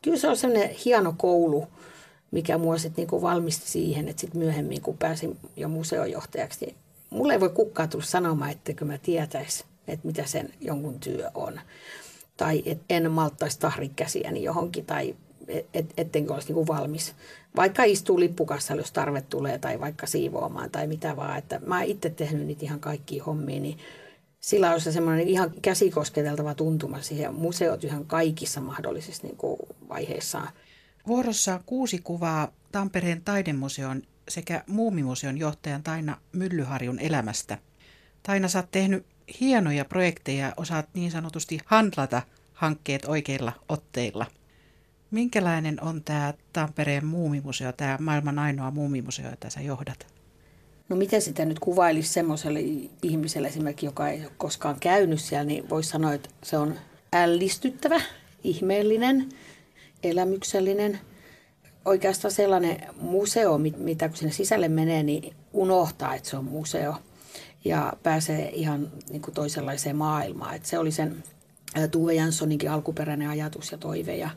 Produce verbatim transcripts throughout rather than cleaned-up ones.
Kyllä se on sellainen hieno koulu, mikä mua sitten niinku valmisti siihen, että sitten myöhemmin, kun pääsin jo museojohtajaksi, niin mulle ei voi kukaan tulla sanomaan, etteikö mä tietäisi, että mitä sen jonkun työ on. Tai et en malttaisi tahri käsiäni johonkin, tai et, ettenkö olisi niinku valmis. Vaikka istuu lippukassalla, jos tarve tulee, tai vaikka siivoamaan, tai mitä vaan. Että mä oon itse tehnyt niitä ihan kaikkia hommia, niin sillä on se semmoinen ihan käsikosketeltava tuntuma siihen museotyhän kaikissa mahdollisissa niinku vaiheissaan. Vuorossa on kuusi kuvaa Tampereen taidemuseon sekä Muumimuseon johtajan Taina Myllyharjun elämästä. Taina, sä oot tehnyt hienoja projekteja, osaat niin sanotusti handlata hankkeet oikeilla otteilla. Minkälainen on tämä Tampereen muumimuseo, tämä maailman ainoa muumimuseo, jota sä johdat? No miten sitä nyt kuvailisi semmoiselle ihmiselle esimerkiksi, joka ei ole koskaan käynyt siellä, niin voisi sanoa, että se on ällistyttävä, ihmeellinen, elämyksellinen. Oikeastaan sellainen museo, mitä kun sinne sisälle menee, niin unohtaa, että se on museo ja pääsee ihan niin kuin toisenlaiseen maailmaan. Että se oli sen Tove Janssoninkin alkuperäinen ajatus ja toive ja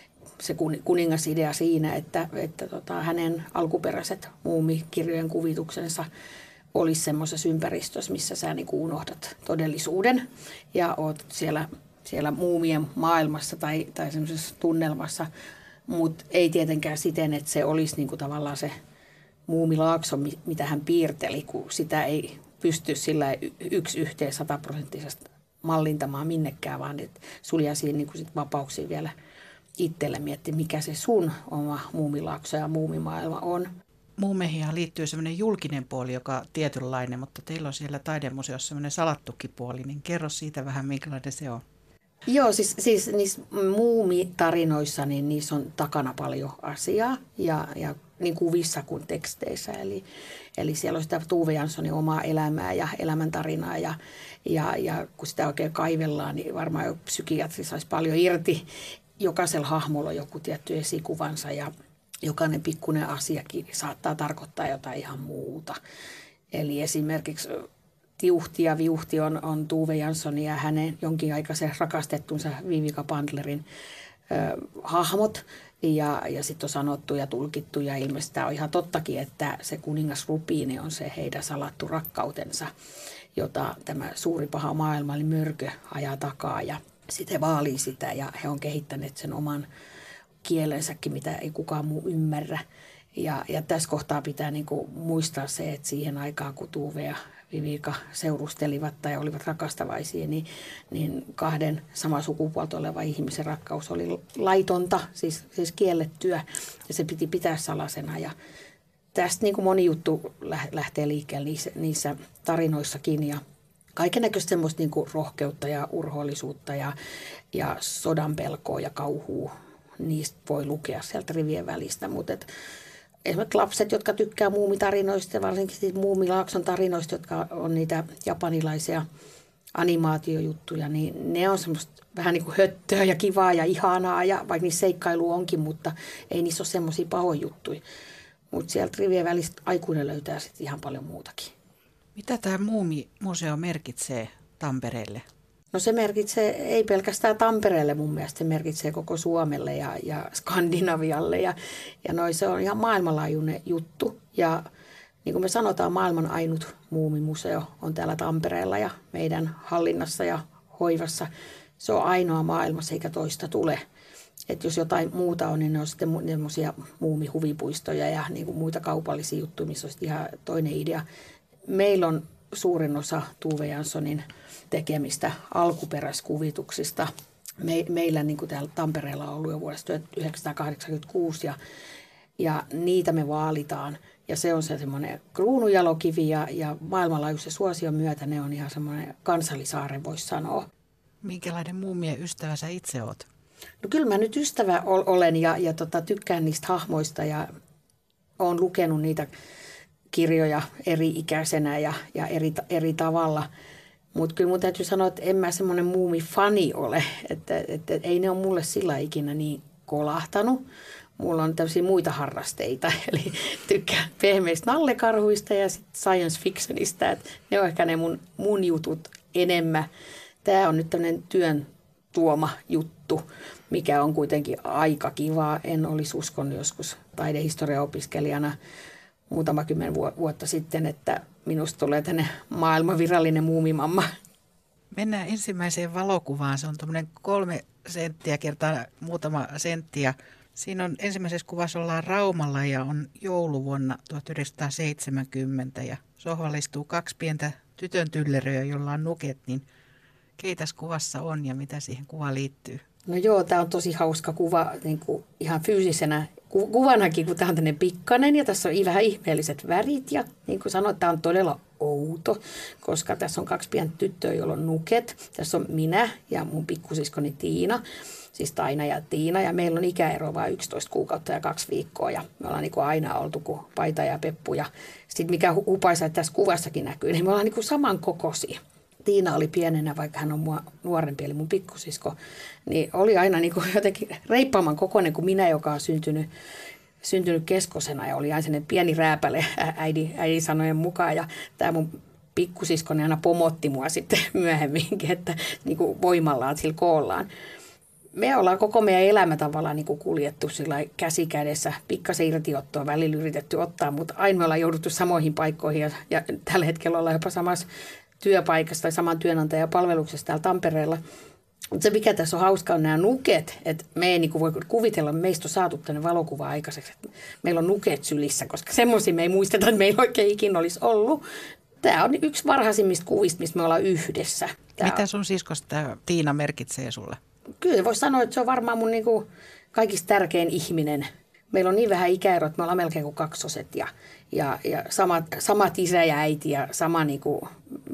se kuningasidea siinä, että, että tota, hänen alkuperäiset muumikirjojen kuvituksensa olisi semmoisessa ympäristössä, missä sä niin kuin unohdat todellisuuden ja oot siellä, siellä muumien maailmassa tai, tai semmoisessa tunnelmassa, mutta ei tietenkään siten, että se olisi niin kuin tavallaan se muumilaakso, mitä hän piirteli, kun sitä ei pysty sillä yksi yhteen sataprosenttisesti mallintamaan minnekään, vaan että sulja siihen niin kuin sit vapauksia vielä itselle miettiä, mikä se sun oma muumilaakso ja muumimaailma on. Muumeihin liittyy semmoinen julkinen puoli, joka on tietynlainen, mutta teillä on siellä taidemuseossa semmoinen salattukin puoli, niin kerro siitä vähän, minkälainen se on. Joo, siis, siis niissä muumitarinoissa, niin niissä on takana paljon asiaa ja, ja niin kuvissa kuin teksteissä. Eli, eli siellä on sitä Tove Janssonin omaa elämää ja elämäntarinaa ja, ja, ja kun sitä oikein kaivellaan, niin varmaan jo psykiatri saisi paljon irti. Jokaisella hahmolla on joku tietty esikuvansa ja jokainen pikkuinen asiakin saattaa tarkoittaa jotain ihan muuta. Eli esimerkiksi Tiuhti ja Viuhti on, on Tove Janssonin ja hänen jonkinaikaisen rakastettunsa Vivica Bandlerin ö, hahmot. Ja, ja sitten on sanottu ja tulkittu ja ilmeisesti tämä on ihan tottakin, että se kuningas Rupiini on se heidän salattu rakkautensa, jota tämä suuri paha maailma eli mörkö ajaa takaa ja sitten he vaalii sitä ja he on kehittäneet sen oman kielensäkin, mitä ei kukaan muu ymmärrä. Ja, ja tässä kohtaa pitää niinku muistaa se, että siihen aikaan kun Tove ja Vivica seurustelivat tai olivat rakastavaisia, niin, niin kahden samaa sukupuolta oleva ihmisen rakkaus oli laitonta, siis, siis kiellettyä ja se piti pitää salasena. Ja tästä niin kuin moni juttu lähtee liikkeelle niissä, niissä tarinoissakin ja kaikennäköistä semmoista niin kuin rohkeutta ja urhoollisuutta ja, ja sodan pelkoa ja kauhua, niistä voi lukea sieltä rivien välistä, mutta et, esimerkiksi lapset, jotka tykkää muumitarinoista, varsinkin siitä Muumilaakson tarinoista, jotka on niitä japanilaisia animaatiojuttuja, niin ne on semmoista vähän niin kuin höttöä ja kivaa ja ihanaa, ja vaikka niissä seikkailu onkin, mutta ei niissä ole semmoisia pahoja juttuja. Mutta sieltä rivien välistä aikuinen löytää sitten ihan paljon muutakin. Mitä tämä Muumimuseo merkitsee Tampereelle? No se merkitsee ei pelkästään Tampereelle mun mielestä, se merkitsee koko Suomelle ja, ja Skandinavialle ja, ja noi, se on ihan maailmanlaajuinen juttu. Ja niin kuin me sanotaan, maailman ainut muumimuseo on täällä Tampereella ja meidän hallinnassa ja hoivassa. Se on ainoa maailmassa eikä toista tule. Että jos jotain muuta on, niin ne on sitten semmoisia muumihuvipuistoja ja niin kuin muita kaupallisia juttuja, missä on ihan toinen idea. Meillä on suurin osa Tove Janssonin tekemistä alkuperäiskuvituksista. Me, meillä niin kuin täällä Tampereella on ollut jo vuodesta tuhatyhdeksänsataakahdeksankymmentäkuusi ja, ja niitä me vaalitaan. Ja se on se semmoinen kruununjalokivi ja, ja maailmanlaajuisen suosion myötä ne on ihan semmoinen kansallisaare, voisi sanoa. Minkälainen muumien ystävä sä itse oot? No kyllä mä nyt ystävä olen ja, ja tota, tykkään niistä hahmoista ja olen lukenut niitä kirjoja eri-ikäisenä ja, ja eri, eri tavalla. Mutta kyllä mun täytyy sanoa, että en mä semmoinen muumifani ole, että, että, että ei ne ole mulle sillä ikinä niin kolahtanut. Mulla on tämmöisiä muita harrasteita, eli tykkään pehmeistä nallekarhuista ja sit science fictionista, että ne on ehkä ne mun, mun jutut enemmän. Tämä on nyt tämmöinen työn tuoma juttu, mikä on kuitenkin aika kivaa. En olisi uskonut joskus taidehistoriaopiskelijana muutama kymmen vuotta sitten, että minusta tulee tänne maailman virallinen muumimamma. Mennään ensimmäiseen valokuvaan. Se on tuommoinen kolme senttiä kertaa muutama senttiä. Siinä on ensimmäisessä kuvassa ollaan Raumalla ja on jouluvuonna tuhatyhdeksänsataaseitsemänkymmentä ja sohvalle istuu kaksi pientä tytön tylleröä, jolla on nuket, niin keitäs kuvassa on ja mitä siihen kuvaan liittyy? No joo, tämä on tosi hauska kuva niin kuin ihan fyysisenä ku- kuvanakin, kun tämä on tämmöinen pikkainen ja tässä on vähän ihmeelliset värit ja niin kuin sanoin, tämä on todella outo, koska tässä on kaksi pientä tyttöä, joilla on nuket. Tässä on minä ja mun pikkusiskoni Tiina, siis Taina ja Tiina ja meillä on ikäero vain yksitoista kuukautta ja kaksi viikkoa ja me ollaan niin kuin aina oltu kuin Paita ja Peppu ja sitten mikä hupaisa, että tässä kuvassakin näkyy, niin me ollaan niin kuin samankokoisia. Tiina oli pienenä, vaikka hän on mua nuorempi, eli mun pikkusisko, niin oli aina niin kuin jotenkin reippaaman kokoinen kuin minä, joka on syntynyt, syntynyt keskosena ja oli aina sellainen pieni rääpäle äidin, äidin sanojen mukaan. Ja tämä mun pikkusiskoni aina pomotti mua sitten myöhemminkin, että niin kuin voimallaan, sillä koollaan. Me ollaan koko meidän elämä tavallaan niin kuin kuljettu sillä käsi kädessä, pikkasen irtiottoa välillä yritetty ottaa, mutta aina me ollaan jouduttu samoihin paikkoihin ja, ja tällä hetkellä ollaan jopa samassa työpaikassa tai saman työnantajan palveluksessa täällä Tampereella. Mutta se, mikä tässä on hauska, on nämä nuket. Että me ei niinku voi kuvitella, että meistä on saatu tänne valokuva aikaiseksi. Että meillä on nuket sylissä, koska semmoisia me ei muisteta, että meillä oikein ikinä olisi ollut. Tämä on yksi varhaisimmista kuvista, mistä me ollaan yhdessä. Tämä Mitä sun siskosta Tiina merkitsee sulle? Kyllä voisi sanoa, että se on varmaan mun niinku kaikista tärkein ihminen. Meillä on niin vähän ikäero, että me ollaan melkein kuin kaksoset ja, ja, ja samat, samat isä ja äiti ja sama niinku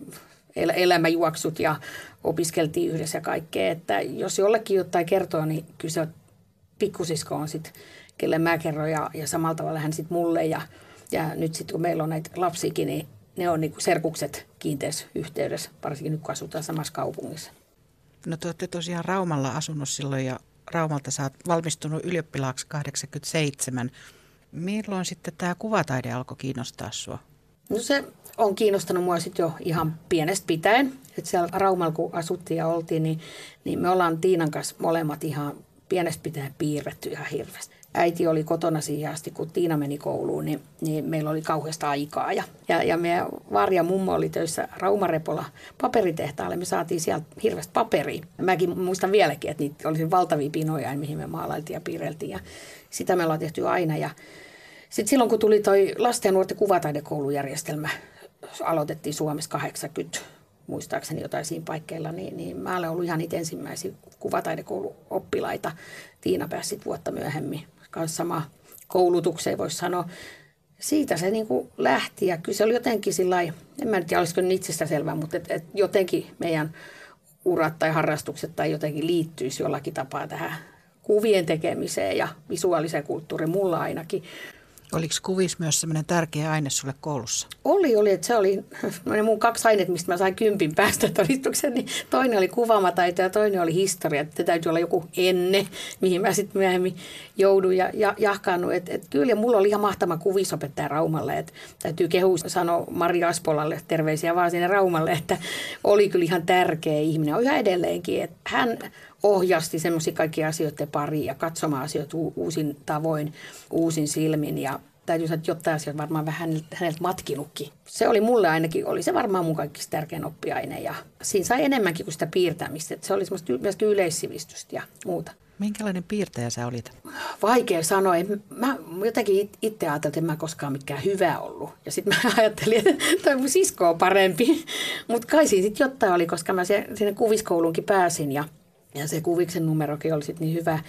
el, elämäjuoksut ja opiskeltiin yhdessä ja kaikkea. Että jos jollekin jotain kertoo, niin kyllä se pikkusisko on sitten, kelle mä kerron ja, ja samalla tavalla hän sitten mulle. Ja, ja nyt sitten kun meillä on näitä lapsikin, niin ne on niinku serkukset kiinteässä yhteydessä, varsinkin nyt kun asutaan samassa kaupungissa. No te olette tosiaan Raumalla asunut silloin ja Raumalta sä oot valmistunut ylioppilaaksi kahdeksankymmentäseitsemän. Milloin sitten tämä kuvataide alkoi kiinnostaa sua? No se on kiinnostanut mua sitten jo ihan pienestä pitäen. Että siellä Raumalla kun asuttiin ja oltiin, niin, niin me ollaan Tiinan kanssa molemmat ihan pienestä pitäen piirretty ihan hirveästi. Äiti oli kotona siihen asti, kun Tiina meni kouluun, niin, niin meillä oli kauheasta aikaa. Ja, ja, ja meidän Varja mummo oli töissä Raumarepola paperitehtaalle. Me saatiin sieltä hirveästi paperia. Mäkin muistan vieläkin, että niitä oli valtavia pinoja, mihin me maalailtiin ja piirreltiin. Ja sitä me ollaan tehty aina. Ja sitten silloin, kun tuli toi lasten ja nuorten kuvataidekoulujärjestelmä, aloitettiin Suomessa kahdeksankymmentä, muistaakseni jotain siinä paikkeilla, niin, niin mä olen ollut ihan niitä ensimmäisiä kuvataidekouluoppilaita. Tiina pääsi sitten vuotta myöhemmin. Kanssa sama koulutukseen voisi sanoa. Siitä se niin kuin lähti ja kyllä se oli jotenkin sillä lailla, en mä nyt tiedä olisiko nyt itsestäselvää, mutta et, et jotenkin meidän urat tai harrastukset tai jotenkin liittyisi jollakin tapaa tähän kuvien tekemiseen ja visuaaliseen kulttuuriin, mulla ainakin. Oliko kuvis myös semmoinen tärkeä aine sulle koulussa? Oli, oli, että se oli ne mun kaksi aineet, mistä mä sain kympin päästä todistuksen, niin toinen oli kuvaamataito ja toinen oli historia. Että täytyy olla joku enne, mihin mä sitten myöhemmin joudun ja, ja jahkaannut. Et, et kyllä, mulla oli ihan mahtava kuvisopettaja Raumalle. Et täytyy kehu sanoa Mari Aspolalle terveisiä vaan sinne Raumalle, että oli kyllä ihan tärkeä ihminen. On yhä edelleenkin, että hän ohjasti semmoisia kaikkia asioiden pariin ja katsomaan asioita uusin tavoin, uusin silmin ja täytyy sanoa, että jotain asioita varmaan vähän häneltä matkinutkin. Se oli mulle ainakin, oli se varmaan mun kaikista tärkein oppiaine ja siinä sai enemmänkin kuin sitä piirtämistä. Että se oli semmoista myöskin yleissivistystä ja muuta. Minkälainen piirtäjä sä olit? Vaikea sanoa. Mä jotenkin itse ajattelin, että en mä koskaan mikään hyvä ollut. Ja sitten mä ajattelin, että toi mun sisko on parempi. Mutta kai siinä sitten jotain oli, koska mä sinne kuviskouluunkin pääsin ja, ja se kuviksen numerokin oli sitten niin hyvä.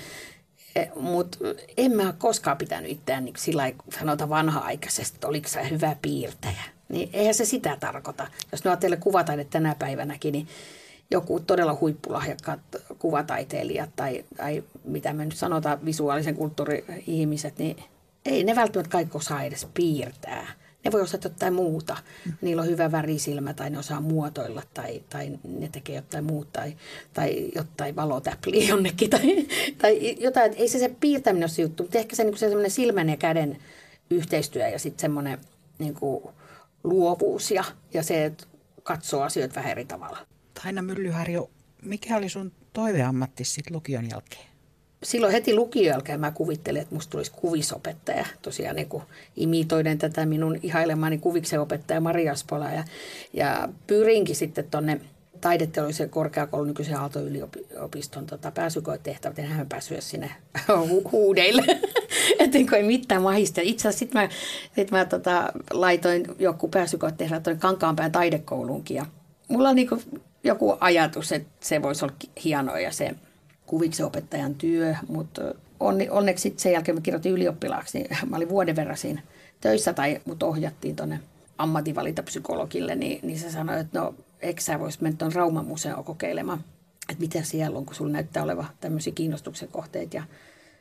Mutta en mä ole koskaan pitänyt itseään niin sillä lailla sanota vanha-aikaisesti, että oliko sä hyvä piirtäjä. Niin eihän se sitä tarkoita. Jos ne ajattelee kuvataide tänä päivänäkin, niin joku todella huippulahjakkaat kuvataiteilijat tai, tai mitä me nyt sanotaan visuaalisen kulttuuri-ihmiset, niin ei ne välttämättä kaikki osaa edes piirtää. Ne voi osata jotain muuta. Niillä on hyvä värisilmä tai ne osaa muotoilla tai, tai ne tekee jotain muuta tai, tai jotain valotäpliä jonnekin tai, tai jotain. Ei se se piirtäminen ole se juttu, mutta ehkä se, niin se semmoinen silmän ja käden yhteistyö ja sitten semmoinen niin kuin luovuus ja, ja se, että katsoo asioita vähän eri tavalla. Taina Myllyharju, mikä oli sun toiveammatti sitten lukion jälkeen? silloin heti lukiojälkeen mä kuvittelin, että musta tulisi kuvisopettaja. Tosiaan niin kuin imitoiden tätä minun ihailemaani kuviksen opettaja Maria Spola. Ja, ja pyrinkin sitten tuonne taideteollisen korkeakoulun nykyisen Aalto-yliopiston tota, pääsykoetehtävät. Enhän päässyt sinne hu- huudeille. Että ei mitään mahista. Itse asiassa sitten mä, sit mä tota, laitoin joku pääsykoetehtävät tuonne Kankaanpään taidekouluunkin. Ja mulla on niin kuin joku ajatus, että se voisi olla hienoa ja se kuviksen opettajan työ, mutta onneksi sitten sen jälkeen mä kirjoitin ylioppilaaksi, niin mä olin vuoden verran siinä töissä tai mut ohjattiin tuonne ammatinvalintapsykologille, niin, niin se sanoi, että no eikö sä vois mennä tuon Rauman museoon kokeilemaan, että mitä siellä on, kun sulla näyttää olevan tämmöisiä kiinnostuksen kohteita. Ja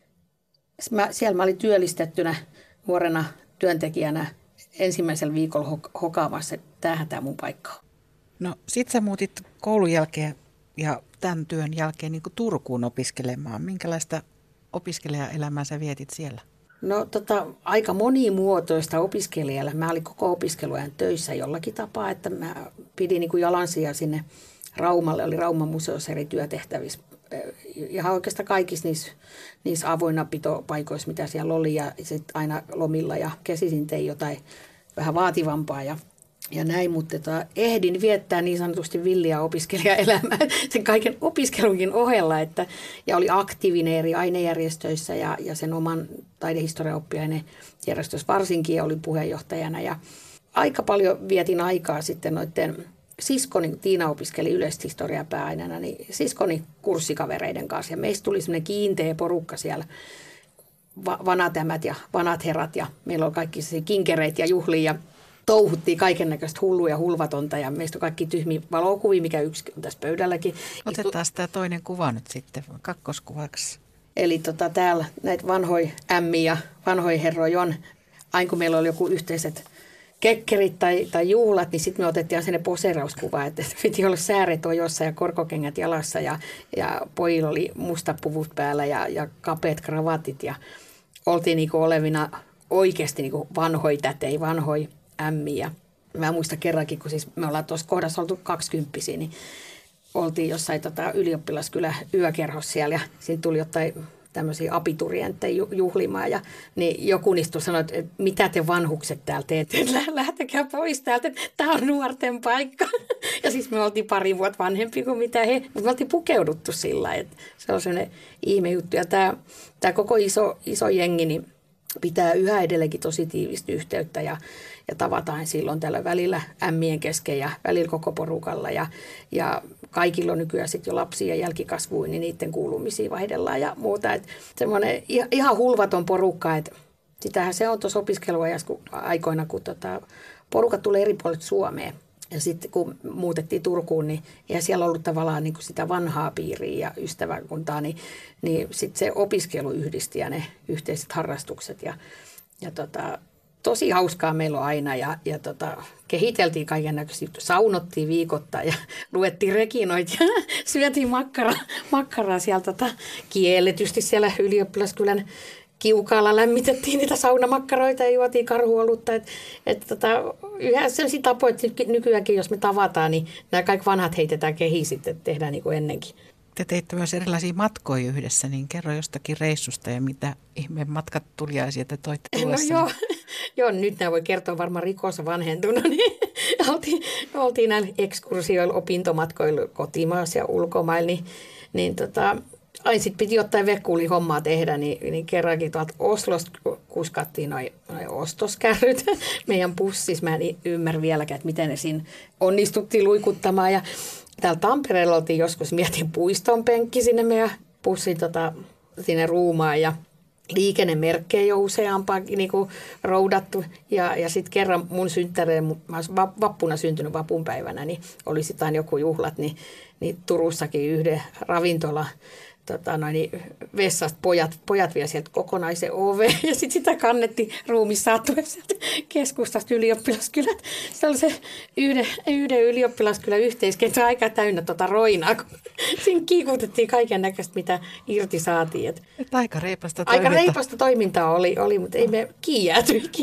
mä, siellä mä olin työllistettynä nuorena työntekijänä ensimmäisellä viikolla hok- hokaamassa, että tämähän tämä mun paikka on. No sit sä muutit koulun jälkeen ja tämän työn jälkeen niin kuin Turkuun opiskelemaan. Minkälaista opiskelijaelämää sä vietit siellä? No tota, aika monimuotoista opiskelijalla. Mä olin koko opiskeluajan töissä jollakin tapaa, että mä pidin niin kuin jalansijaa sinne Raumalle. Oli Rauman museossa eri työtehtävissä. Ihan oikeastaan kaikissa niissä, niissä avoinna pitopaikoissa, mitä siellä oli. Ja sitten aina lomilla ja kesisin tein jotain vähän vaativampaa ja Ja näin, mutta tota, ehdin viettää niin sanotusti villiä opiskelijaelämää sen kaiken opiskelunkin ohella. Että, ja oli aktiivinen eri ainejärjestöissä ja, ja sen oman taidehistoriaoppiainejärjestössä varsinkin ja olin puheenjohtajana. Ja aika paljon vietin aikaa sitten noiden siskoni, Tiina opiskeli yleishistoriaa pääaineena, niin siskoni kurssikavereiden kanssa. Ja meistä tuli semmoinen kiinteä porukka siellä. Va- vanatämät ja vanat herrat ja meillä on kaikki kinkereitä ja juhlia ja touhuttiin kaiken näköistä hullua ja hulvatonta ja meistä on kaikki tyhmiä valokuvia, mikä yksi on tässä pöydälläkin. Otetaan tämä toinen kuva nyt sitten kakkoskuvaksi. Eli tota, täällä näitä vanhoja ämmiä ja vanhoja herroja on. Aina kun meillä oli joku yhteiset kekkerit tai, tai juhlat, niin sitten me otettiin sinne poseerauskuva, että piti olla sääret ojossa ja korkokengät jalassa ja, ja pojilla oli mustapuvut päällä ja, ja kapeat kravatit ja oltiin niinku olevina oikeasti niinku vanhoja tätei, vanhoja ämmiä. Mä muistan kerrankin, kun siis me ollaan tuossa kohdassa oltu kaksikymppisiä, niin oltiin jossain tota, ylioppilaskylä yökerhossa siellä ja siinä tuli jotain tämmöisiä abiturientteja juhlimaan ja niin joku niistä sanoi, että mitä te vanhukset täällä teette, lähtekää pois täältä, että tämä on nuorten paikka. Ja siis me oltiin pari vuotta vanhempi kuin mitä he, mutta me oltiin pukeuduttu sillä, että se on sellainen ihme juttu. Ja tämä, tämä koko iso, iso jengi niin pitää yhä edelleenkin tosi tiivistä yhteyttä ja, ja tavataan silloin tällä välillä ämmien kesken ja välillä koko porukalla ja, ja kaikilla on nykyään sitten jo lapsia ja jälkikasvuja, niin niiden kuulumisia vaihdellaan ja muuta. Että semmoinen ihan hulvaton porukka, että sitähän se on tuossa opiskeluajassa aikoina, kun tota, porukat tulee eri puolilta Suomeen. Ja sitten kun muutettiin Turkuun, niin eihän siellä ollut tavallaan niin kuin sitä vanhaa piiriä ja ystäväkuntaa, niin, niin sitten se opiskelu yhdisti ja ne yhteiset harrastukset. Ja, ja tota, tosi hauskaa meillä on aina ja, ja tota, kehiteltiin kaiken näköisiä juttuja. Saunottiin viikoittain ja luettiin rekinoita ja syötiin makkara, makkaraa siellä tota, kielletysti siellä ylioppilaskylän kiukaalla lämmitettiin niitä saunamakkaroita ja juotiin karhuolutta. Että et, tota, yhä sellaisia tapoja, että nykyäänkin jos me tavataan, niin nämä kaikki vanhat heitetään kehiin sitten, että tehdään niin kuin ennenkin. Te teitte myös erilaisia matkoja yhdessä, niin kerro jostakin reissusta ja mitä ihmeen matkat tuliaisia te toitte tullessa. No joo, joo, nyt nämä voi kertoa varmaan rikossa vanhentunut. Niin oltiin, oltiin näillä ekskursioilla, opintomatkoilla kotimaassa ja ulkomailla, niin, niin tota, ai sitten piti jotain vekkuuli hommaa tehdä, niin, niin kerrankin tuolta Oslosta kuskattiin noi, noi ostoskärryt meidän bussissa. Mä en ymmärrä vieläkään, että miten ne siinä onnistuttiin luikuttamaan. Ja täällä Tampereella oltiin joskus, mietin puiston penkki sinne meidän bussin tota, sinne ruumaan ja liikennemerkkejä jo useampaa niin kuin roudattu. Ja, ja sitten kerran mun synttäreen, mä olisin vappuna syntynyt vapunpäivänä, niin oli sitten aina joku juhlat, niin, niin Turussakin yhden ravintola Tota, noin, niin vessasta pojat, pojat vie sieltä kokonaisen oveen ja sitten sitä kannettiin ruumissaattuja sieltä keskustasta ylioppilaskylät. Se oli se yhden, yhden ylioppilaskylän yhteiskenttä aika täynnä tota roinaa, kun siinä kiikutettiin kaiken näköistä, mitä irti saatiin. Et aika reipasta toimintaa. Aika reipasta toimintaa oli, oli mutta ei me kiijääty ikinä.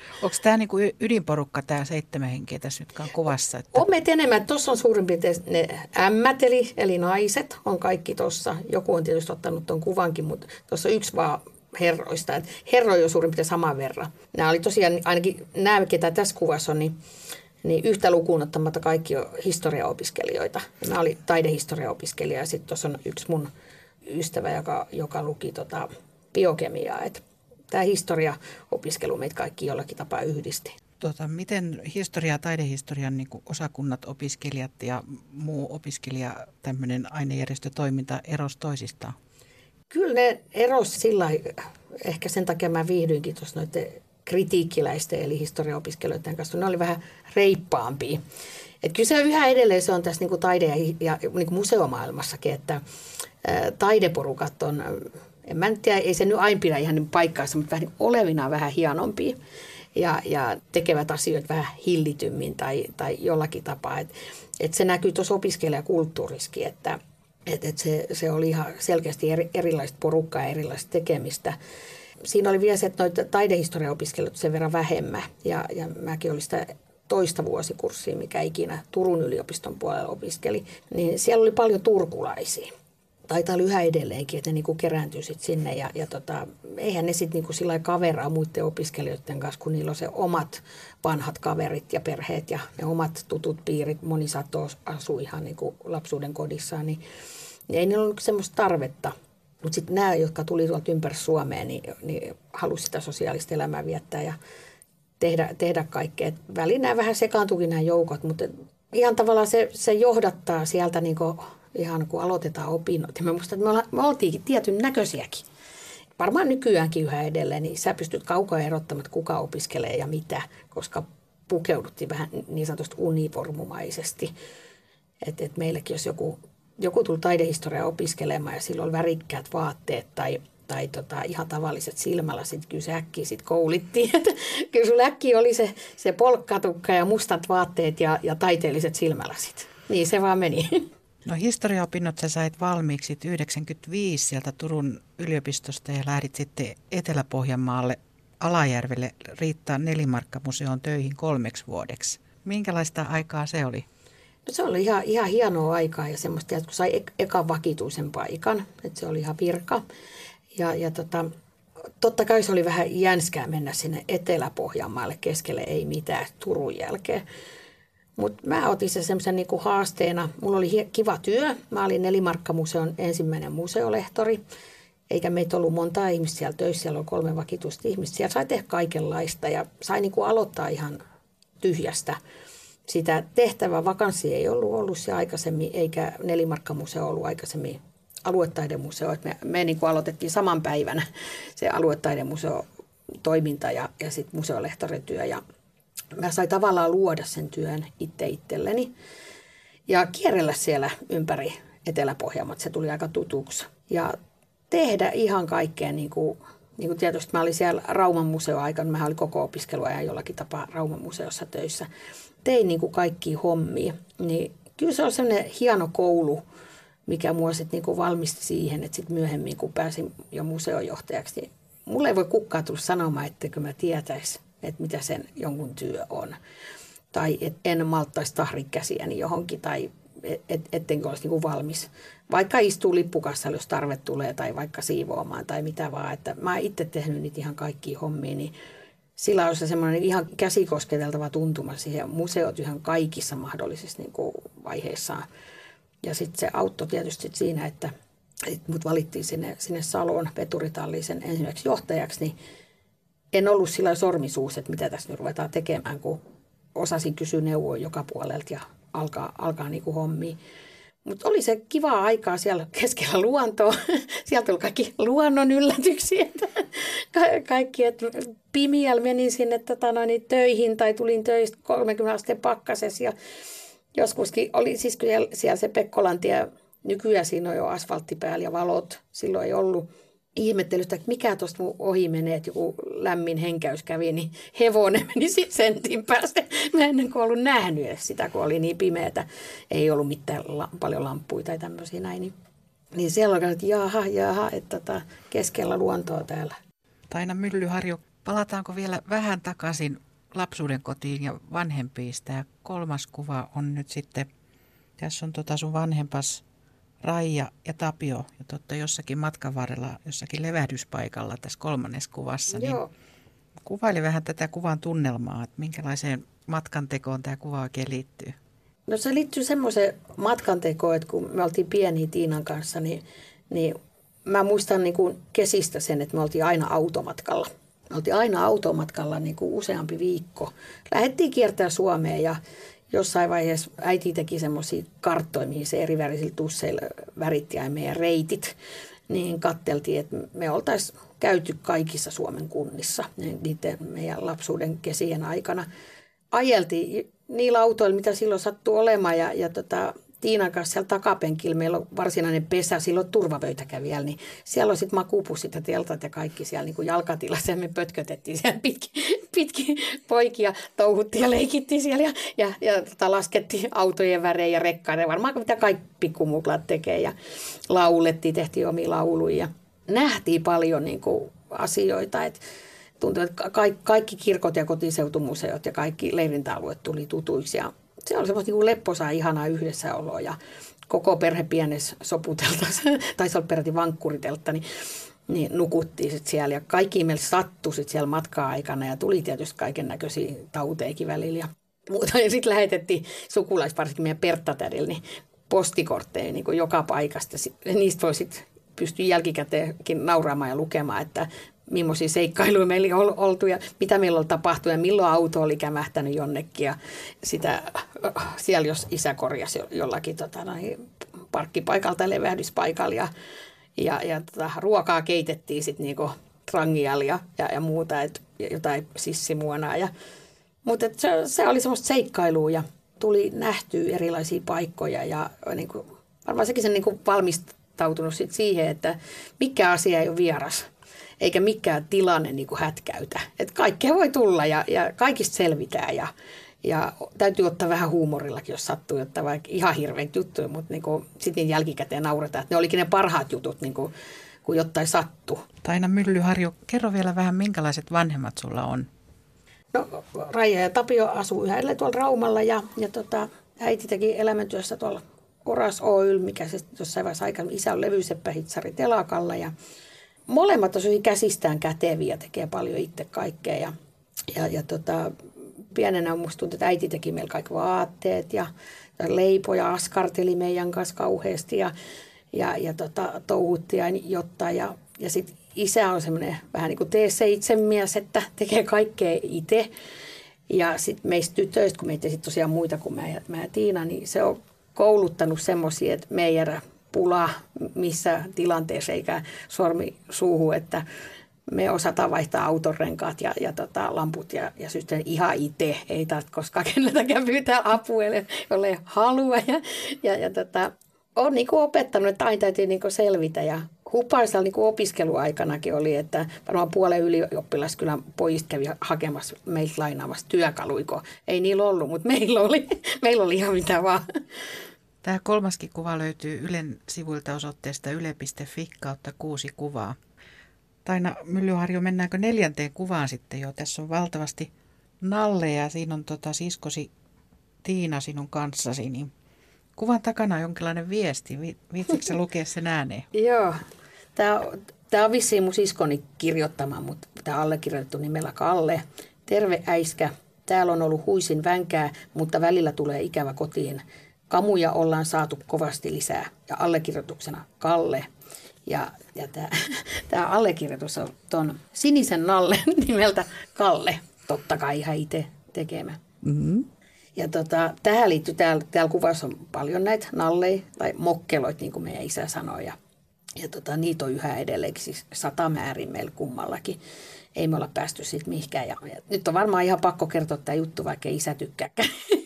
Onko tämä niinku ydinporukka, tämä seitsemän henkeä tässä nyt kuvassa? Että... On meitä enemmän. Tuossa on suurin piirtein ne ämmät, eli, eli naiset on kaikki tuossa. Joku on tietysti ottanut tuon kuvankin, mutta tuossa yksi vaan herroista. Et herroja on suurin piirtein saman verran. Nämä oli tosiaan, ainakin nämä, ketä tässä kuvassa on, niin, niin yhtä lukuun ottamatta kaikki on historiaopiskelijoita. Mä olin taidehistoriaopiskelija ja sitten tuossa on yksi mun ystävä, joka, joka luki tota biokemiaa. Et tämä historiaopiskelu meitä kaikki jollakin tapaa yhdisti. Tota, miten historia- ja taidehistorian niin kuin osakunnat, opiskelijat ja muu opiskelija, tämmöinen ainejärjestötoiminta erosi toisistaan? Kyllä ne erosi sillä ehkä sen takia mä viihdyinkin tuossa noiden kritiikkiläisten eli historiaopiskelijoiden kanssa. Ne oli vähän reippaampia. Et kyllä se yhä edelleen se on tässä niin kuin taide- ja, ja niin kuin museomaailmassakin, että ää, taideporukat on, en mä nyt tiedä, ei se nyt aina pidä ihan niin paikkaansa, mutta vähän niin olevinaan vähän hienompia. Ja, ja tekevät asioita vähän hillitymmin tai, tai jollakin tapaa. Et, et se näkyy tuossa opiskelijakulttuurissakin, että et, et se, se oli ihan selkeästi eri, erilaista porukkaa ja erilaista tekemistä. Siinä oli vielä se, että noita taidehistoriaopiskelijoita sen verran vähemmän. Ja, ja mäkin olin sitä toista vuosikurssia, mikä ikinä Turun yliopiston puolella opiskeli. Niin siellä oli paljon turkulaisia. Taitaa olla yhä edelleenkin, että ne niinku kerääntyy sit sinne ja, ja tota, eihän ne sitten niinku sillä kaveraa muiden opiskelijoiden kanssa, kun niillä on se omat vanhat kaverit ja perheet ja ne omat tutut piirit. Moni saattoi asua ihan niinku lapsuuden kodissaan, niin, niin ei niillä ollut semmoista tarvetta. Mutta sitten nämä, jotka tuli tuolta ympäri Suomea, niin, niin halusi sitä sosiaalista elämää viettää ja tehdä, tehdä kaikkea. Et väliin nämä vähän sekaantuikin nämä joukot, mutta ihan tavallaan se, se johdattaa sieltä niinku ihan kun aloitetaan opinnot. Ja mä muistan, että me, olla, me oltiinkin tietyn näköisiäkin. Varmaan nykyäänkin yhä edelleen, niin sä pystyt kaukaa erottamaan, että kuka opiskelee ja mitä, koska pukeuduttiin vähän niin sanotusti univormumaisesti. Että et meilläkin, jos joku, joku tuli taidehistoriaa opiskelemaan ja sillä oli värikkäät vaatteet tai, tai tota, ihan tavalliset silmälasit, kyllä se äkkiä sitten koulittiin. Kyllä sulla äkkiä oli se, se polkkatukka ja mustat vaatteet ja, ja taiteelliset silmälasit. Niin se vaan meni. No historiaopinnot sä sait valmiiksi yhdeksänkymmentäviisi sieltä Turun yliopistosta ja lähdit sitten Etelä-Pohjanmaalle Alajärvelle Riitta Nelimarkka-museoon töihin kolmeksi vuodeksi. Minkälaista aikaa se oli? No se oli ihan, ihan hienoa aikaa ja semmoista, että kun sai ek- ekan vakituisen paikan, että se oli ihan virka. Ja, ja tota, totta kai se oli vähän jänskää mennä sinne Etelä-Pohjanmaalle keskelle, ei mitään Turun jälkeen. Mutta mä otin se semmoisen niinku haasteena. Mulla oli kiva työ. Mä olin Nelimarkka-museon ensimmäinen museolehtori. Eikä meitä ollut monta ihmistä siellä töissä. Siellä oli kolme vakituista ihmistä. Siellä sai tehdä kaikenlaista ja sai niinku aloittaa ihan tyhjästä. Sitä tehtävää vakanssia ei ollut ollut siellä aikaisemmin, eikä Nelimarkka-museo ollut aikaisemmin aluetaidemuseo. Me, me niinku aloitettiin saman päivänä se aluetaidemuseo toiminta ja, ja sitten museolehtorityö ja mä sain tavallaan luoda sen työn itse itselleni ja kierrellä siellä ympäri Etelä-Pohjanmaata. Se tuli aika tutuksi. Ja tehdä ihan kaikkea, niin kuin, niin kuin tietysti mä olin siellä Rauman museoaikana, mä olin koko opiskeluajan jollakin tapaa Rauman museossa töissä. Tein niin kuin kaikkia hommia. Niin kyllä se on sellainen hieno koulu, mikä mua sitten niin kuin valmisti siihen, että sitten myöhemmin kun pääsin jo museojohtajaksi, niin mulle ei voi kukaan tulla sanomaan, etteikö mä tietäisi, että mitä sen jonkun työ on. Tai et en malttaisi tahri käsiäni johonkin tai et, et, ettenkö olisi niin valmis. Vaikka istuu lippukassalla, jos tarve tulee tai vaikka siivoamaan tai mitä vaan. Että mä oon itse tehnyt niitä ihan kaikkia hommia, niin sillä on se semmoinen ihan käsikosketeltava tuntuma siihen museot ihan kaikissa mahdollisissa niin kuin vaiheissaan. Ja sitten se auttoi tietysti sit siinä, että, että mut valittiin sinne, sinne Saloon Veturitallisen ensimmäiseksi johtajaksi, niin en ollut sillä sormisuus, että mitä tässä nyt ruvetaan tekemään, kun osasin kysyä neuvoa joka puolelta ja alkaa, alkaa niin kuin hommia. Mutta oli se kivaa aikaa siellä keskellä luontoa. Sieltä tuli kaikki luonnon yllätyksiä. Ka- kaikki, että pimiällä menin sinne tota, noin, töihin tai tulin töistä kolmekymmentä asteen pakkasessa. Ja joskuskin oli siis siellä se Pekkolantie, nykyään siinä on jo asfaltti päällä ja valot, silloin ei ollut. Ihmettelystä, että mikä tuosta ohi menee, että joku lämmin henkäys kävi, niin hevonen meni sitten sentin päästä. Mä ennen kuin ollut nähnyt sitä, kun oli niin pimeätä. Ei ollut mitään la- paljon lamppuja tai tämmöisiä näin. Niin, niin siellä on että jaha, jaha, että tota, keskellä luontoa täällä. Taina Myllyharju, Palataanko vielä vähän takaisin lapsuuden kotiin ja vanhempiin? Tämä kolmas kuva on nyt sitten, tässä on tota sun vanhempas Raija ja Tapio, ja totta jossakin matkan varrella, jossakin levähdyspaikalla tässä kolmannessa kuvassa. Joo. Niin kuvaili vähän tätä kuvan tunnelmaa, että minkälaiseen matkantekoon tämä kuva oikein liittyy. No se liittyy semmoiseen matkantekoon, että kun me oltiin pieniä Tiinan kanssa, niin, niin mä muistan niin kuin kesistä sen, että me oltiin aina automatkalla. Me oltiin aina automatkalla niin kuin useampi viikko. Lähdettiin kiertää Suomeen ja jossain vaiheessa äiti teki semmoisia karttoja, mihin se eri värisillä tusseilla väritti ja meidän reitit. Niin katteltiin, että me oltaisiin käyty kaikissa Suomen kunnissa niiden meidän lapsuuden kesien aikana. Ajeltiin niillä autoilla, mitä silloin sattui olemaan ja, ja tota, Tiinan kanssa siellä takapenkillä meillä on varsinainen pesä, silloin turvapöytäkä vielä, niin siellä on sitten makuupussit ja teltat ja kaikki siellä niin kuin jalkatilassa ja me pötkötettiin siellä pitkin, pitkin poikia, touhuttiin ja leikittiin siellä ja, ja, ja tota, laskettiin autojen värejä ja rekkaiden, varmaan mitä kaikki pikkumuklat tekee ja laulettiin, tehtiin omia lauluja ja nähtiin paljon niin kuin asioita, että tuntui, että kaikki kirkot ja kotiseutumuseot ja kaikki leirintäalueet tuli tutuiksi ja se oli semmoista niin lepposaa, ihanaa yhdessäoloa ja koko perhe pienessä soputeltassa, tai se oli peräti vankkuriteltta, niin, niin nukuttiin sitten siellä. Ja kaikki meillä sattui sitten siellä matkaa-aikana ja tuli tietysti kaiken näköisiä tauteikin välillä ja muuta. Ja sitten lähetettiin sukulais, varsinkin meidän Pertta-tädillä, niin postikortteja niin kuin joka paikasta. Niistä voi sitten pystyä jälkikäteenkin nauraamaan ja lukemaan, että millaisia seikkailuja meillä on oltu ja mitä meillä on tapahtunut ja milloin auto oli kämähtänyt jonnekin. Ja sitä, siellä jos isä korjasi jollakin tota, noin, parkkipaikalla tai levähdyspaikalla ja, ja, ja tota, ruokaa keitettiin sitten niinku trangialla ja, ja, ja muuta, et, jotain sissimuonaa. Ja, mutta se, se oli semmoista seikkailua ja tuli nähtyä erilaisia paikkoja ja niinku, varmaan sekin sen niinku valmistautunut sit siihen, että mikä asia ei ole vieras. Eikä mikään tilanne niin kuin hätkäytä. Että kaikkea voi tulla ja, ja kaikista selvitään ja, ja täytyy ottaa vähän huumorillakin, jos sattuu ottaa vaikka ihan hirveitä juttuja, mutta niin sitten jälkikäteen nauretaan, että ne olikin ne parhaat jutut, niin kuin, kun jotain sattuu. Taina Myllyharju, kerro vielä vähän, minkälaiset vanhemmat sulla on? No Raija ja Tapio asuu yhä edelleen tuolla Raumalla ja, ja tota, äiti teki elämäntyössä tuolla Oras Oy, mikä se jossain vaiheessa aikana, isä on levyseppä hitsari telakalla ja molemmat on käsistään käteviä, tekee paljon itse kaikkea ja, ja, ja tota, pienenä musta tuntuu, että äiti teki meillä kaikki vaatteet ja, ja leipoja askarteli meidän kanssa kauheasti ja, ja, ja tota, touhutti ja jotain ja, ja sitten isä on semmoinen vähän niin kuin tee se itse mies, että tekee kaikkea itse ja sitten meistä tytöistä, kun meitä sitten tosiaan muita kuin mä ja, mä ja Tiina, niin se on kouluttanut semmoisia, että meidän pula missä tilanteessa eikä sormi suuhun, että me osataan vaihtaa autonrenkaat ja, ja tota, lamput ja, ja systeemi ihan itse. Ei tarvitse koskaan keneltäkään pyytää apua, jolle halua. Ja, ja, ja tota, olen niin kuin opettanut, että aina täytyy niin kuin selvitä. Ja Hupaisalla niin kuin opiskeluaikanakin oli, että varmaan puolen ylioppilaskylän pojista kävi hakemassa meiltä lainaamassa työkaluiko. Ei niillä ollut, mutta meillä oli, meillä oli ihan mitä vaan. Tämä kolmaskin kuva löytyy Ylen sivuilta osoitteesta yle piste fi kautta kuusi kuvaa. Taina Myllyharju, mennäänkö neljänteen kuvaan sitten jo? Tässä on valtavasti nalleja ja siinä on tota siskosi Tiina sinun kanssasi. Niin kuvan takana on jonkinlainen viesti. Viitsikö sä lukea sen ääneen? Joo. Tämä, tämä on vissiin mun siskoni kirjoittama, mutta tämä on allekirjoitettu nimellä Kalle. Terve äiskä. Täällä on ollut huisin vänkää, mutta välillä tulee ikävä kotiin. Kamuja ollaan saatu kovasti lisää ja allekirjoituksena Kalle. Ja, ja tämä, tämä allekirjoitus on tuon sinisen nallen nimeltä Kalle, totta kai ihan itse tekemä. Mm-hmm. Ja tota, tähän liittyy, täällä, täällä kuvassa on paljon näitä nalleja tai mokkeloita, niin kuin meidän isä sanoi. Ja, ja tota, niitä on yhä edelleenkin, siis sata määrin meillä kummallakin. Ei me olla päästy siitä mihinkään. Ja, ja nyt on varmaan ihan pakko kertoa tämä juttu, vaikka ei isä tykkääkään.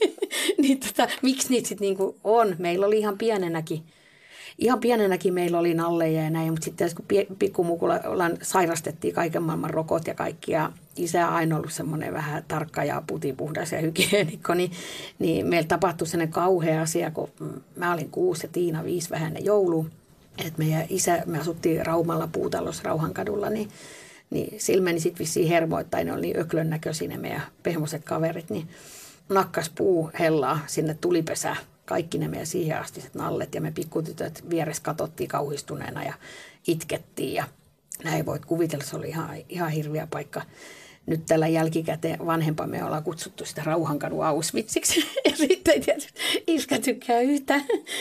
niin tota, miksi niitä sitten niinku on? Meillä oli ihan pienenäkin. Ihan pienenäkin meillä oli nalleja ja näin, mutta sitten kun pikkumukulla sairastettiin kaiken maailman rokot ja kaikki, ja isä on aina ollut semmoinen vähän tarkka ja putipuhdas ja hygienikko, niin, niin meillä tapahtui sellainen kauhea asia, kun mä olin kuusi ja Tiina viisi vähäinen joulu. Että meidän isä, me asuttiin Raumalla puutalossa Rauhankadulla, niin niin sillä meni sitten vissiin hermoittain, ne oli niin öklön näköisiä ne meidän pehmoiset kaverit, niin nakkas puu hellaa sinne tulipesään kaikki ne meidän siihen astiset nallet ja me pikkutytöt vieressä katsottiin kauhistuneena ja itkettiin ja näin voit kuvitella, se oli ihan, ihan hirveä paikka. Nyt tällä jälkikäteen vanhempamme ollaan kutsuttu sitä Rauhankadun Auschwitziksi ja sitten ei tietysti iskä tykkää yhtään.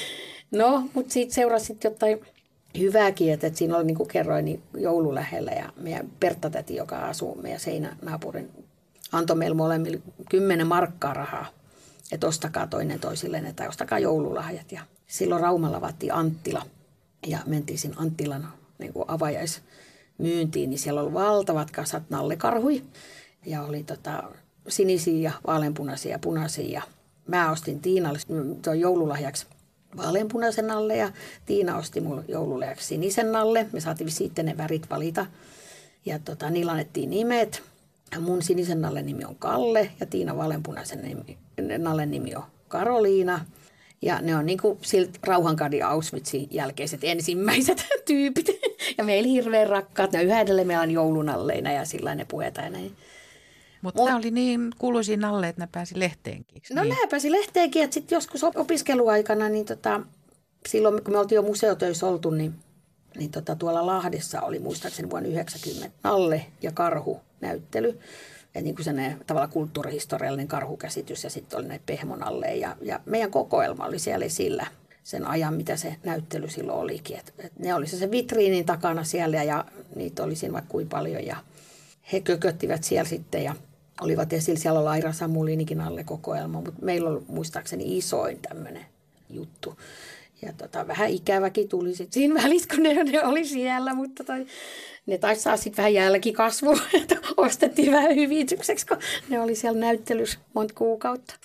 No, mutta siitä seurasi sitten jotain hyvääkin, että siinä oli niin kuin kerroin niin joulu lähellä ja meidän Pertta-täti, joka asuu meidän seinänaapurin, antoi meille molemmille kymmenen markkaa rahaa, että ostakaa toinen toisilleen tai ostakaa joululahjat. Ja silloin Raumalla avattiin Anttila ja mentiin siinä Anttilan niin kuin avajaismyyntiin, niin siellä oli valtavat kasat nallekarhui ja oli tota, sinisiä ja vaaleanpunaisia ja punaisia. Ja mä ostin Tiinalle tuon joululahjaksi vaaleanpunaisen nalle ja Tiina osti mulle joululahjaksi sinisen nalle. Me saatiin sitten ne värit valita ja tota, niillä annettiin nimet. Mun sinisen nallen nimi on Kalle ja Tiina vaaleanpunaisen nimi, nallen nimi on Karoliina. Ja ne on niin kuin siltä Rauhankadun Auschwitzin jälkeiset ensimmäiset tyypit. Ja meillä hirveän rakkaat. Ne yhä edelleen meillä on joulunalleina ja sillä ne puetaan. Mutta Mut, nämä oli niin kuuluisia nalle, että ne pääsi lehteenkin. No niin? nämä pääsi lehteenkin. Että sitten joskus opiskeluaikana, niin tota, silloin kun me oltiin jo museotöissä oltu, niin, niin tota, tuolla Lahdessa oli muistaakseni vuonna yhdeksänkymmentä nalle ja karhu näyttely. Ja niin kuin sellainen tavallaan kulttuurihistoriallinen karhukäsitys ja sitten oli näitä pehmonalleja. Ja, ja meidän kokoelma oli siellä esillä sen ajan, mitä se näyttely silloin olikin. Et, et ne oli se, se vitriinin takana siellä ja niitä oli siinä vaikka kuinka paljon. Ja he kököttivät siellä sitten ja olivat esillä. Siellä oli Aira Samulinikin alle kokoelma, mutta meillä oli muistaakseni isoin tämmöinen juttu. Ja tota, vähän ikäväkin tuli sitten siinä välissä, kun ne, ne oli siellä, mutta toi, ne taisi saa sitten vähän jälkikasvua, että ostettiin vähän hyvitykseksi, kun ne oli siellä näyttelyssä monta kuukautta.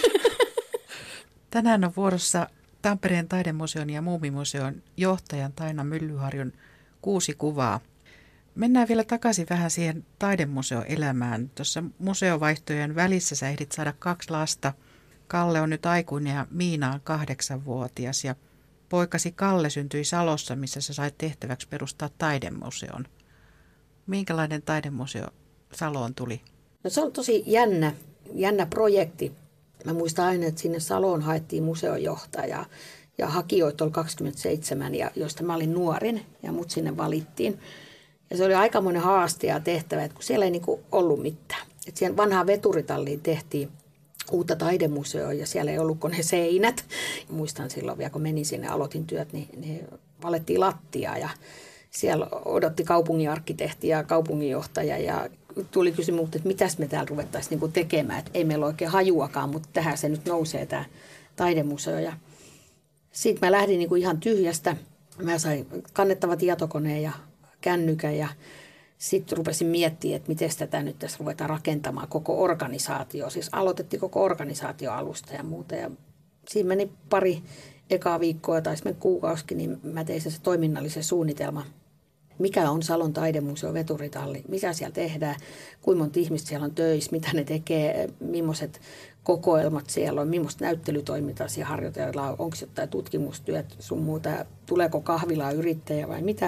Tänään on vuorossa Tampereen taidemuseon ja muumimuseon johtajan Taina Myllyharjun kuusi kuvaa. Mennään vielä takaisin vähän siihen taidemuseon elämään. Tuossa museovaihtojen välissä sä ehdit saada kaksi lasta. Kalle on nyt aikuinen ja Miina on kahdeksanvuotias ja poikasi Kalle syntyi Salossa, missä sä sait tehtäväksi perustaa taidemuseon. Minkälainen taidemuseo Saloon tuli? No se on tosi jännä, jännä projekti. Mä muistan aina, että sinne Saloon haettiin museojohtajaa ja hakijoita oli kaksikymmentäseitsemän, ja, joista mä olin nuorin ja mut sinne valittiin. Ja se oli aikamoinen haaste ja tehtävä, että kun siellä ei niinku ollut mitään. Että siihen vanhaan veturitalliin tehtiin uutta taidemuseoa ja siellä ei ollut kuin ne seinät. Muistan silloin vielä, kun menin sinne, aloitin työt, niin, niin valettiin lattiaa ja siellä odotti kaupunginarkkitehti ja kaupunginjohtaja ja tuli kysymys, että mitäs me täällä ruvettaisiin niinku tekemään. Et ei meillä ole oikein hajuakaan, mutta tähän se nyt nousee tämä taidemuseo. Ja sitten mä lähdin niinku ihan tyhjästä. Mä sain kannettava tietokoneen ja kännykän ja sitten rupesin miettimään, että miten tätä nyt tässä ruvetaan rakentamaan koko organisaatio. Siis aloitettiin koko organisaatio alusta ja muuta. Ja siinä meni pari ekaa viikkoa tai sitten kuukausikin, niin mä tein se toiminnallisen suunnitelman. Mikä on Salon taidemuseo veturitalli? Mitä siellä tehdään? Kuinka monta ihmistä siellä on töissä? Mitä ne tekee? Millaiset kokoelmat siellä on? Millaista näyttelytoimintaa siellä harjoitellaan? Onko jotain tutkimustyöt sun muuta? Tuleeko kahvilaa yrittäjä vai mitä?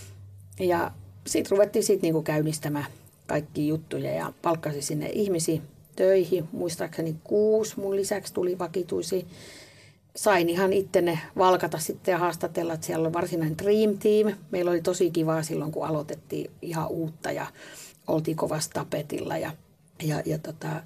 Ja sitten ruvettiin siitä niinku käynnistämään kaikki juttuja ja palkkasi sinne ihmisiä töihin. Muistaakseni kuusi mun lisäksi tuli vakituisia. Sain ihan ittenne valkata sitten ja haastatella, että siellä on varsinainen Dream Team. Meillä oli tosi kivaa silloin, kun aloitettiin ihan uutta ja oltiin kovassa tapetilla. Ja, ja, ja tota,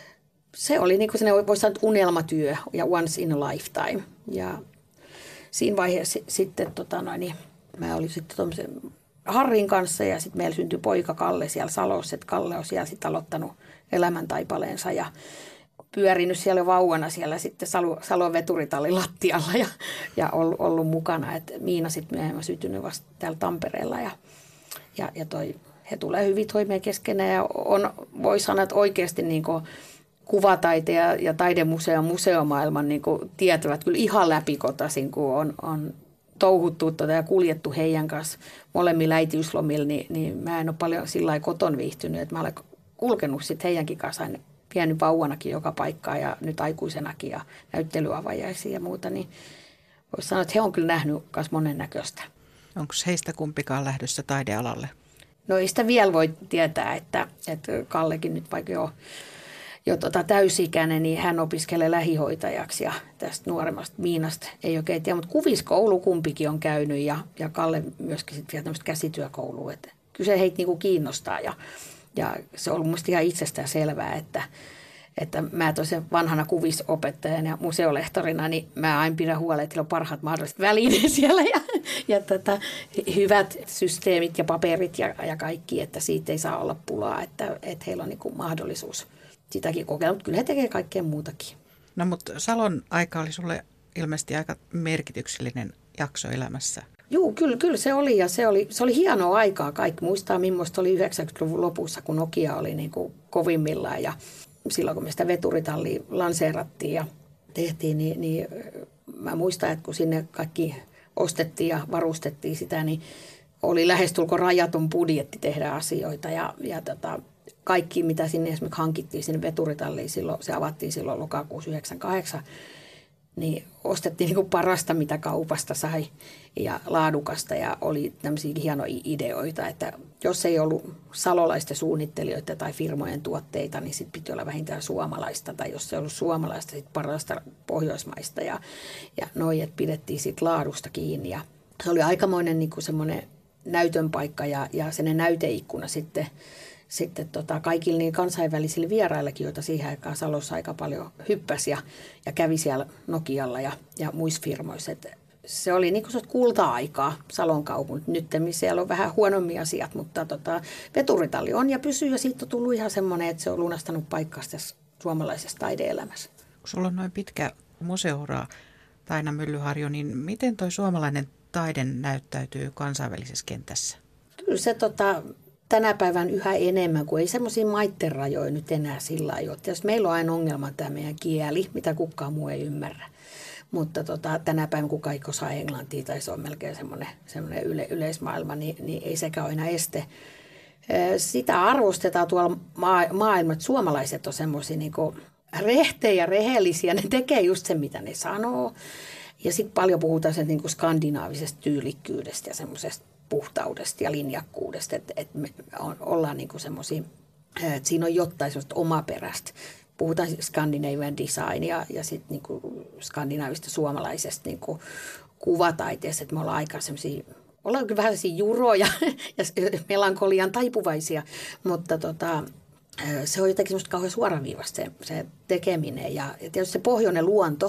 se oli niin kuin sellainen, voisi sanoa, unelmatyö ja once in a lifetime. Ja siinä vaiheessa sitten tota noin, niin mä olin sitten tuommoisen Harrin kanssa ja sitten meillä syntyi poika Kalle siellä Salossa, että Kalle on siellä sitten aloittanut elämäntaipaleensa ja pyörinyt siellä jo vauvana siellä sitten Salo, Salon veturitallin lattialla ja, ja ollut, ollut mukana. Et Miina sitten myöhemmin syntynyt vasta täällä Tampereella ja, ja, ja toi, he tulee hyvin toimeen keskenään ja on, voi sanoa, että oikeasti niin kuin kuvataite ja, ja taidemuseon museomaailman niin kuin tietävät kyllä ihan läpikotaisin, kun on, on touhuttu tuota ja kuljettu heidän kanssa molemmilla äitiyslomilla, niin, niin mä en ole paljon sillä lailla koton viihtynyt, että mä olen kulkenut sitten heidänkin kanssa aina pieni vauvanakin joka paikkaan ja nyt aikuisenakin ja näyttelyavajaisia ja muuta, niin voisi sanoa, että he on kyllä nähnyt myös monennäköistä. Onko heistä kumpikaan lähdössä taidealalle? No ei sitä vielä voi tietää, että, että Kallekin nyt vaikka jo, jo tota täysikäinen, niin hän opiskelee lähihoitajaksi ja tästä nuoremmasta Miinasta ei oikein tiedä, mutta kuviskoulu kumpikin on käynyt ja, ja Kalle myöskin sitten vielä tämmöistä käsityökoulua, että kyllä se heitä niinku kiinnostaa ja, ja se on ollut musta ihan itsestään selvää, että Että mä tosiaan vanhana kuvisopettajana ja museolehtorina, niin mä aina pidän huolen, että on parhaat mahdolliset välineet siellä ja, ja tota, hyvät systeemit ja paperit ja, ja kaikki, että siitä ei saa olla pulaa, että, että heillä on niin kuin mahdollisuus sitäkin kokeilla, mutta kyllä he tekee kaikkea muutakin. No mutta Salon aika oli sulle ilmeisesti aika merkityksellinen jakso elämässä. Joo, kyllä, kyllä se oli ja se oli, se oli hienoa aikaa. Kaikki muistaa, millaista oli yhdeksänkymmentäluvun lopussa, kun Nokia oli niin kuin kovimmillaan ja silloin kun me sitä veturitallia lanseerattiin ja tehtiin, niin, niin mä muistan, että kun sinne kaikki ostettiin ja varustettiin sitä, niin oli lähestulko rajaton budjetti tehdä asioita ja, ja tota, kaikki, mitä sinne esimerkiksi hankittiin sinne veturitalliin, silloin, se avattiin silloin lokakuussa yhdeksänkymmentäkahdeksan, niin ostettiin niin kuin parasta, mitä kaupasta sai ja laadukasta ja oli tämmöisiä hienoja ideoita, että jos ei ollut salolaisten suunnittelijoita tai firmojen tuotteita, niin sitten piti olla vähintään suomalaista tai jos ei ollut suomalaista, sitten parasta pohjoismaista ja, ja noin, että pidettiin sitten laadusta kiinni ja se oli aikamoinen niin kuin semmoinen näytön paikka ja, ja sen näyteikkuna sitten Sitten tota, kaikille niin kansainvälisille vieraillekin, joita siihen aikaan Salossa aika paljon hyppäsi ja, ja kävi siellä Nokialla ja, ja muissa firmoissa. Et se oli niin kuin kulta-aikaa Salon kaupungin. Nyt siellä on vähän huonommin asiat, mutta tota, veturitalli on ja pysyy ja siitä on tullut ihan semmoinen, että se on lunastanut paikkaa tässä suomalaisessa taide-elämässä. Kun sulla on noin pitkä museoura, Taina Myllyharju, niin miten toi suomalainen taide näyttäytyy kansainvälisessä kentässä? Kyllä se tota... tänä päivän yhä enemmän, kun ei semmoisia maitten rajoja nyt enää sillä lailla. Jos meillä on aina ongelma tämä meidän kieli, mitä kukaan muu ei ymmärrä. Mutta tota, tänä päivänä, kun kaikki osaa englantia tai se on melkein semmoinen, semmoinen yle, yleismaailma, niin, niin ei sekään ole enää este. Sitä arvostetaan tuolla maa, maailmassa, että suomalaiset on semmoisia niin kuin rehtejä ja rehellisiä. Ne tekee just sen, mitä ne sanoo. Ja sitten paljon puhutaan sen niin kuin skandinaavisesta tyylikkyydestä ja semmoisesta puhtaudesta ja linjakkuudesta, että, että me on, ollaan niin kuin semmoisia, että siinä on jotain semmoista omaperäistä. Puhutaan Scandinavian design ja, ja sitten niin kuin skandinaavista suomalaisesta niin kuin kuvataiteesta, että me ollaan aika semmoisia, ollaan kyllä vähän sellaisia juroja ja melankolian taipuvaisia, mutta tota, se on jotenkin semmoista kauhean suoraviivasta se, se tekeminen ja, ja tietysti se pohjoinen luonto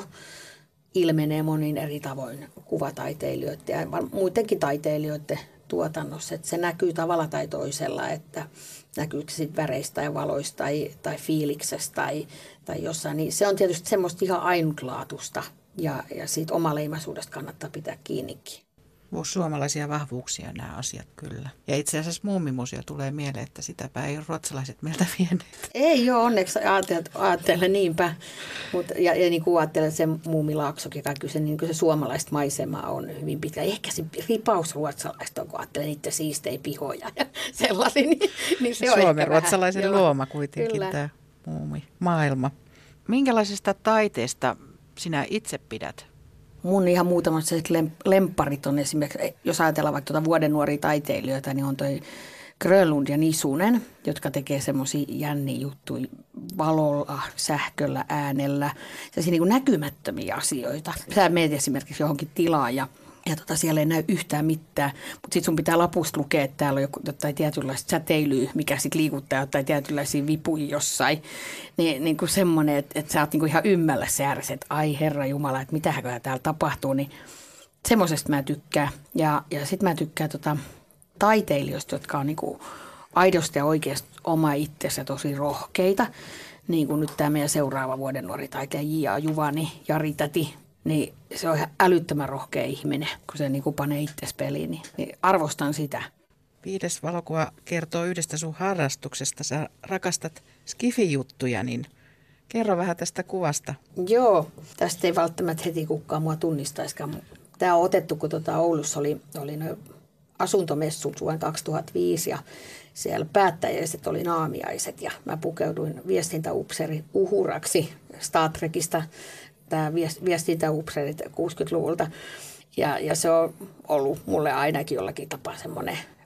ilmenee monin eri tavoin kuvataiteilijoiden ja muidenkin taiteilijoiden tuotannossa. Että se näkyy tavalla tai toisella, että näkyykö se sitten väreistä tai valoista tai, tai fiiliksestä tai, tai jossain. Niin se on tietysti semmoista ihan ainutlaatusta ja, ja siitä omaleimaisuudesta kannattaa pitää kiinnikin. Suomalaisia vahvuuksia nämä asiat kyllä. Ja itse asiassa Muumimuseo tulee mieleen, että sitäpä ei ruotsalaiset meiltä vieneet. Ei ole onneksi ajattele niinpä. Mut, ja, ja niin kuin ajattelen, että se Muumilaaksokin, kaikki se, niin se suomalaista maisemaa on hyvin pitkä. Ehkä se ripaus ruotsalaista on, kun ajattelen niitä siistejä pihoja ja sellaisia. Niin, niin se on Suomen ruotsalaisen luoma kuitenkin kyllä. Tämä muumi maailma. Minkälaisesta taiteesta sinä itse pidät? Mun ihan muutamat lempparit on esimerkiksi, jos ajatellaan vaikka tuota vuoden nuoria taiteilijoita, niin on toi Grönlund ja Nisunen, jotka tekee semmoisia jänniä juttuja valolla, sähköllä, äänellä, sellaisia niin kuin näkymättömiä asioita. Sä menet esimerkiksi johonkin tilaan ja, ja tota, siellä ei näy yhtään mitään, mutta sitten sun pitää lapusta lukea, että täällä on jotain tietynlaista säteilyä, mikä sitten liikuttaa jotain tietynlaisia vipuja jossain. Niin, niin kuin semmoinen, että, että sä oot niin kuin ihan ymmällä säärässä, että ai herra jumala, että mitähän täällä tapahtuu, niin semmoisesta mä tykkään. Ja, ja sitten mä tykkään tota taiteilijoista, jotka on niin kuin aidosti ja oikeasti oma itsensä tosi rohkeita. Niin kuin nyt tämä meidän seuraava vuoden nuori taiteilija J A. Juvani, Jari Täti, niin se on ihan älyttömän rohkea ihminen, kun se niin kuin panee itses peliin, niin, niin arvostan sitä. Viides valokuva kertoo yhdestä sun harrastuksesta. Sä rakastat skifijuttuja, niin kerro vähän tästä kuvasta. Joo, tästä ei välttämättä heti kukaan mua tunnistaisikaan. Tämä on otettu, kun tuota Oulussa oli, oli ne asuntomessut vuonna kaksituhattaviisi ja siellä päättäjäiset oli naamiaiset ja mä pukeuduin viestintäupseerin uhuraksi Star Trekista, tämä viestintäupseerit kuusikymmentäluvulta. Ja, ja se on ollut mulle ainakin jollakin tapaa semmoinen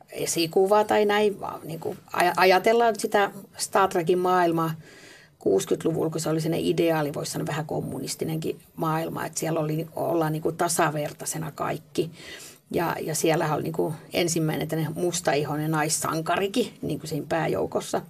esikuva tai näin, vaan niin kuin ajatellaan sitä Star Trekin maailmaa kuusikymmentäluvulla, kun se oli sellainen ideaali, voisi sanoa vähän kommunistinenkin maailma, että siellä oli, ollaan niin kuin tasavertaisena kaikki. Ja, ja siellä oli niin kuin ensimmäinen mustaihoinen naissankarikin niin kuin siinä pääjoukossa.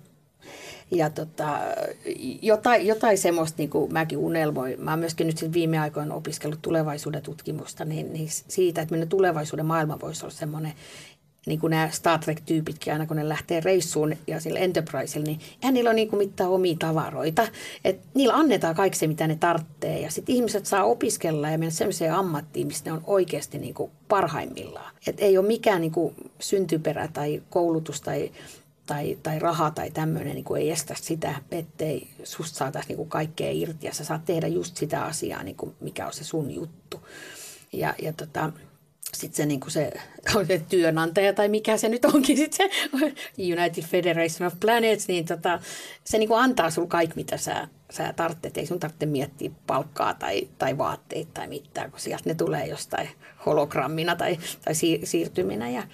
Ja tota, jotain, jotain semmoista niin kuin mäkin unelmoin. Mä oon myöskin nyt viime aikoina opiskellut tulevaisuuden tutkimusta, niin, niin siitä, että meidän tulevaisuuden maailma voisi olla semmoinen, niin kuin nämä Star Trek-tyypitkin aina, kun ne lähtee reissuun ja sillä Enterprisella, niin eihän niillä ole niin kuin mitään omia tavaroita. Et niillä annetaan kaikki se, mitä ne tarvitsee. Ja sitten ihmiset saa opiskella ja mennä sellaiseen ammattiin, missä ne on oikeasti niin kuin parhaimmillaan. Et ei ole mikään niin kuin syntyperä tai koulutus tai, tai, tai raha tai tämmöinen niin kuin ei estä sitä, ettei susta saataisiin niin kuin kaikkea irti. Ja sä saat tehdä just sitä asiaa, niin kuin mikä on se sun juttu. Ja, ja tota... Sitten se, niin se, se työnantaja tai mikä se nyt onkin, sit se United Federation of Planets, niin tota, se niin antaa sinulle kaikki, mitä sä, sä tarvitset. Ei sun tarvitse miettiä palkkaa tai, tai vaatteita tai mitään, kun sieltä ne tulee jostain hologrammina tai, tai siirtyminä. Ja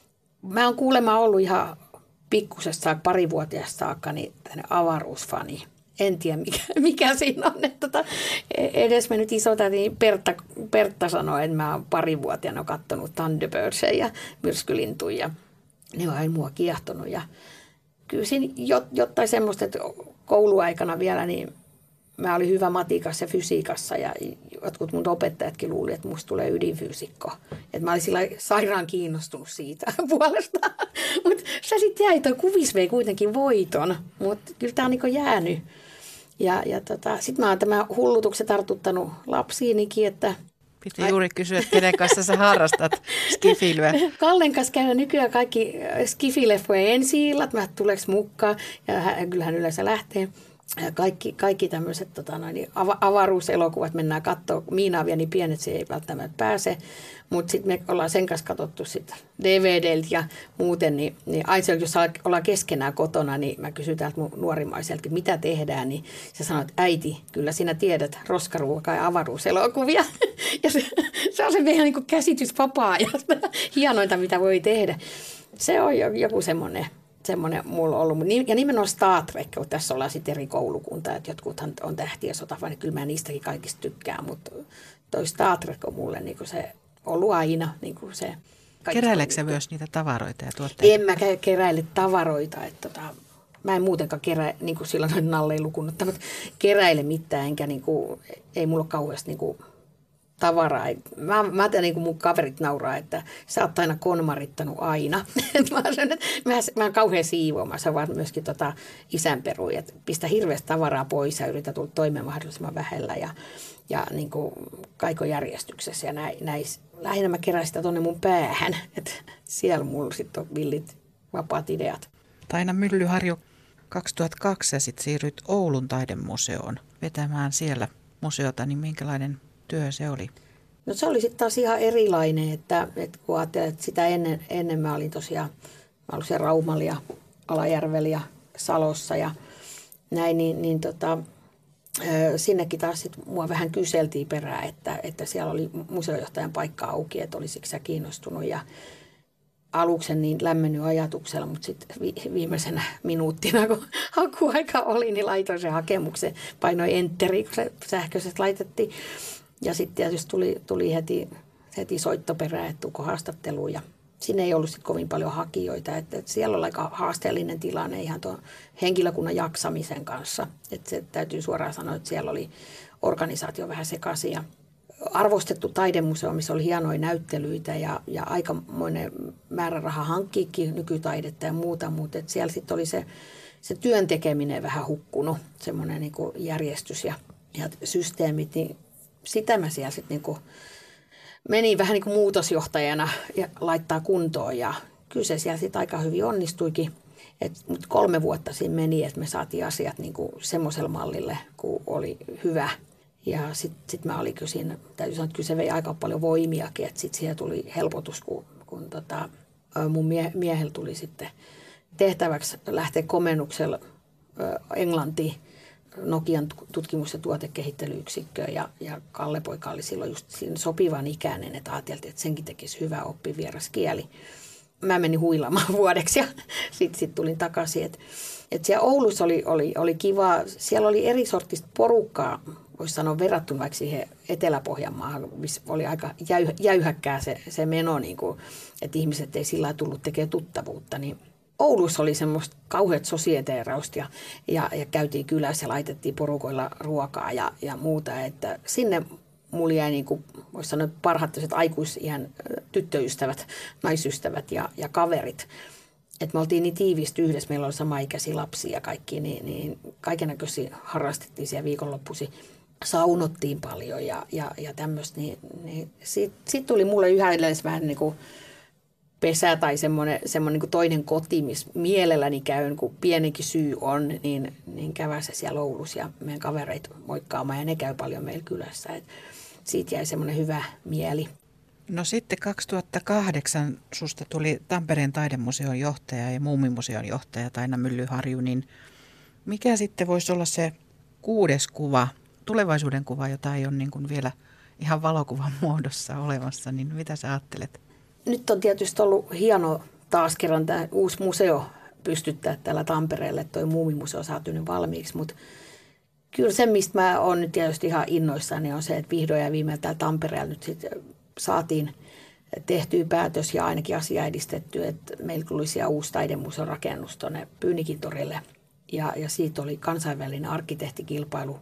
mä oon kuulemma ollut ihan pikkusesta saakka, parivuotiaasta saakka, niin avaruusfani. En tiedä, mikä, mikä siinä on. Että tota, edes me nyt isotäti niin Pertta, Pertta sanoi, että mä oon parivuotiaana katsonut Thunderbirdsia ja myrskylintuja. Ja ne on aina mua kiehtonut. Ja kyllä siinä jotain semmoista, että kouluaikana vielä, niin mä olin hyvä matikassa ja fysiikassa. Ja jotkut mun opettajatkin luuli, että musta tulee ydinfyysikko. Että mä olin sillä sairaan kiinnostunut siitä puolestaan. Mutta se sitten jäi, toi kuvis vei kuitenkin voiton. Mutta kyllä tää on niinku jäänyt. Ja, ja tota, sitten mä oon tämän hullutuksen tartuttanut lapsiinikin, että... Piti juuri kysyä, että kenen kanssa sä harrastat skifilyä. Kallen kanssa käydään nykyään kaikki skifileffojen ensi-illat, mä tuleeko mukaan, ja hän, kyllähän yleensä lähtee. Kaikki, kaikki tämmöiset tota, ava- avaruuselokuvat mennään katsoa. Miina on vielä niin pienet, se ei välttämättä pääse. Mutta sitten me ollaan sen kanssa katsottu sit D V D:ltä ja muuten. Niin, niin aina se, jos ollaan keskenään kotona, niin mä kysyn täältä mun nuorimaiselta, mitä tehdään. Niin se sanoo, että äiti, kyllä sinä tiedät roskaruokaa ja avaruuselokuvia. Ja se, se on se meidän niin kuin käsitys vapaa-ajasta. Hienointa, mitä voi tehdä. Se on joku semmoinen... Semmoinen mulla on ollut. Ja nimenomaan Star Trek, kun tässä ollaan sitten eri koulukuntaa, että jotkuthan on tähtien sota, niin kyllä mä niistäkin kaikista tykkään, mutta toi Star Trek on mulle niin kuin se ollut aina niin kuin se. Keräiletkö sä myös niitä tavaroita ja tuotteita? En mä keräile tavaroita, että tota, mä en muutenkaan kerää, niin kuin silloin noin Nalle ei lukunut, mutta keräile mitään, enkä niin kuin, ei mulla ole kauheasti niin kuin tavaraa. Mä, mä tein niin kuin mun kaverit nauraa, että sä oot aina konmarittanut aina. mä, sanon, että mä, mä oon kauhean siivoamassa, vaan myöskin tota isänperuja, että pistä hirveästi tavaraa pois ja yritä tulla toimeen mahdollisimman vähellä ja, ja niin kuin kaikon järjestyksessä ja näin. näin. Lähinnä mä kerään sitä tonne mun päähän, että siellä mulla sitten on villit vapaat ideat. Taina Myllyharju, kaksituhattakaksi sit siirryt Oulun taidemuseoon vetämään siellä museota, niin minkälainen työ se oli? No se oli sitten taas ihan erilainen, että, että kun ajattelin, että sitä ennen, ennen mä olin tosiaan, mä olin siellä Raumalla ja Alajärvellä ja Salossa ja näin, niin, niin tota, sinnekin taas sit mua vähän kyseltiin perään, että, että siellä oli museojohtajan paikka auki, että olisiko sä kiinnostunut ja aluksen niin lämmennyt ajatuksella, mutta sitten viimeisenä minuuttina, kun hakuaika oli, niin laitoin sen hakemuksen, painoin enteri, kun se sähköisesti laitettiin. Ja sitten tietysti tuli, tuli heti, heti soittoperään, että tuko haastatteluun ja sinne ei ollut sit kovin paljon hakijoita. Että, että siellä oli aika haasteellinen tilanne ihan tuon henkilökunnan jaksamisen kanssa. Että se täytyy suoraan sanoa, että siellä oli organisaatio vähän sekaisin ja arvostettu taidemuseo, missä oli hienoja näyttelyitä ja, ja aikamoinen määräraha hankkiikin nykytaidetta ja muuta, mutta että siellä sitten oli se, se työn tekeminen vähän hukkunut, semmoinen niin kuin järjestys ja, ja systeemit, niin sitä mä siellä sitten niin kuin menin vähän niin kuin muutosjohtajana ja laittaa kuntoon ja kyllä se siellä sitten aika hyvin onnistuikin. Mutta kolme vuotta siinä meni, että me saatiin asiat niin kuin semmoiselle mallille, kun oli hyvä. Ja sitten sit mä olin kyllä siinä, täytyy sanoa, että kyllä se vei aika paljon voimiakin, että sitten siihen tuli helpotus, kun, kun tota, mun mie- miehellä tuli sitten tehtäväksi lähteä komennuksella Englantiin Nokian tutkimus- ja tuotekehittelyyksikköön ja, ja Kalle-poika oli silloin just siinä sopivan ikäinen, että ajateltiin, että senkin tekisi hyvä oppi vieras kieli. mä menin huilaamaan vuodeksi ja sitten sit tulin takaisin. Että et siellä Oulussa oli, oli, oli kiva, siellä oli eri sortista porukkaa, voisi sanoa verrattuna vaikka siihen Etelä-Pohjanmaahan, missä oli aika jäy, jäyhäkkää se, se meno, niin kuin, että ihmiset ei sillä tullut tekemään tuttavuutta. Niin Oulussa oli semmoista kauheat sosieteerausta ja, ja, ja käytiin kylässä ja laitettiin porukoilla ruokaa ja, ja muuta, että sinne mulla jäi, niin kuin, voisi sanoa, parhaat aikuisiän tyttöystävät, naisystävät ja, ja kaverit. Että me oltiin niin tiiviisti yhdessä, meillä oli samaikäisiä lapsia ja kaikki, niin, niin kaikennäköisiä harrastettiin siellä viikonloppuisin. Saunottiin paljon ja, ja, ja tämmöistä, niin, niin siitä, siitä tuli mulle yhä edelleen vähän niin kuin pesä tai semmoinen, semmoinen niin kuin toinen koti, missä mielelläni käyn, kun pienenkin syy on, niin, niin käydään se siellä Oulussa ja meidän kavereita moikkaamaan ja ne käy paljon meillä kylässä. Et siitä jäi semmoinen hyvä mieli. No sitten kaksituhattakahdeksan susta tuli Tampereen taidemuseon johtaja ja Muumimuseon johtaja Taina Myllyharju, niin mikä sitten voisi olla se kuudes kuva, tulevaisuuden kuva, jota ei ole niin kuin vielä ihan valokuvan muodossa olemassa, niin mitä sä ajattelet? Nyt on tietysti ollut hieno taas kerran tämä uusi museo pystyttää täällä Tampereelle, että toi Muumimuseo saatu nyt valmiiksi, mutta kyllä se, mistä mä oon nyt tietysti ihan innoissani, on se, että vihdoin ja viimein täällä Tampereella nyt sitten saatiin tehtyä päätös ja ainakin asia edistetty, että meillä tuli siellä uusi taidemuseon rakennus tuonne Pyynikintorille ja, ja siitä oli kansainvälinen arkkitehtikilpailu.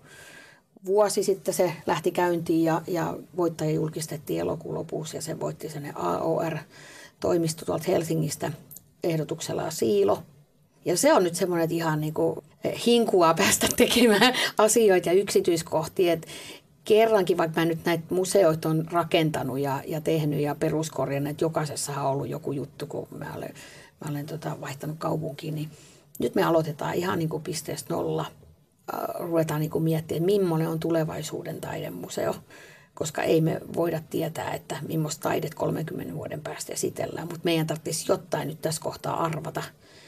Vuosi sitten se lähti käyntiin ja, ja voittaja julkistettiin elokuun lopussa ja se voitti sen A O R-toimisto tuolta Helsingistä ehdotuksella Siilo. Ja se on nyt semmoinen, että ihan niin kuin hinkua päästä tekemään asioita ja yksityiskohtia, että kerrankin, vaikka mä nyt näitä museoita on rakentanut ja, ja tehnyt ja peruskorjannut, että jokaisessahan on ollut joku juttu, kun mä olen, mä olen tota, vaihtanut kaupunkiin, niin nyt me aloitetaan ihan niin kuin pisteestä nolla. Äh, ruvetaan niin kuin miettimään, että millainen on tulevaisuuden taidemuseo, koska ei me voida tietää, että millaista taidet kolmenkymmenen vuoden päästä esitellään, mutta meidän tarvitsisi jotain nyt tässä kohtaa arvata,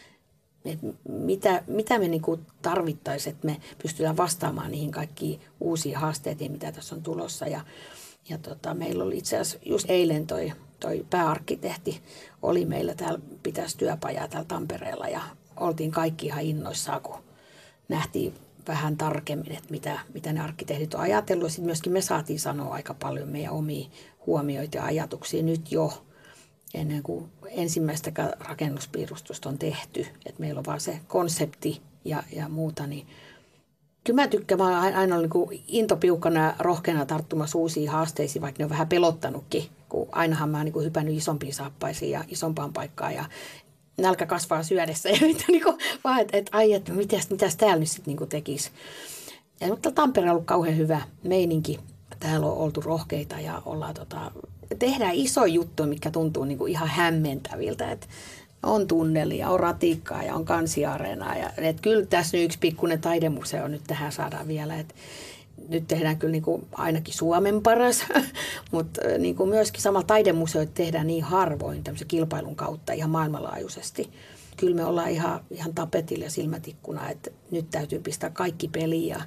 että mitä, mitä me niin kuin tarvittaisiin, että me pystytään vastaamaan niihin kaikkiin uusiin haasteisiin, mitä tässä on tulossa. Ja, ja tota, meillä oli itse asiassa just eilen toi, toi pääarkkitehti oli meillä täällä, pitäisi työpajaa täällä Tampereella ja oltiin kaikki ihan innoissaan, kun nähtiin vähän tarkemmin, että mitä, mitä ne arkkitehdit on ajatellut. Ja sitten myöskin me saatiin sanoa aika paljon meidän omia huomioita ja ajatuksia nyt jo, ennen kuin ensimmäistä rakennuspiirustusta on tehty, että meillä on vaan se konsepti ja, ja muuta, niin kyllä mä tykkään, mä olen aina ollut niin intopiukkana ja rohkeana tarttumassa uusiin haasteisiin, vaikka ne on vähän pelottanutkin, kun ainahan mä oon niin hypännyt isompiin saappaisiin ja isompaan paikkaan ja nälkä kasvaa syödessä ja niin kuin, vaan, että et, ai, että mitäs, mitäs täällä nyt sitten niin tekisi. Ja mutta Tampereella on ollut kauhean hyvä meininki. Täällä on oltu rohkeita ja ollaan tota, tehdään iso juttu, mikä tuntuu niin kuin ihan hämmentäviltä, että on tunnelia, on ratikkaa ja on kansiareenaa. Ja, että kyllä tässä nyt yksi pikkuinen taidemuseo nyt tähän saadaan vielä. Että nyt tehdään kyllä niin kuin ainakin Suomen paras, mutta niin kuin myöskin samalla taidemuseoita tehdään niin harvoin tämmöisen kilpailun kautta ihan maailmanlaajuisesti. Kyllä me ollaan ihan, ihan tapetilla ja silmätikkuna, että nyt täytyy pistää kaikki peliin ja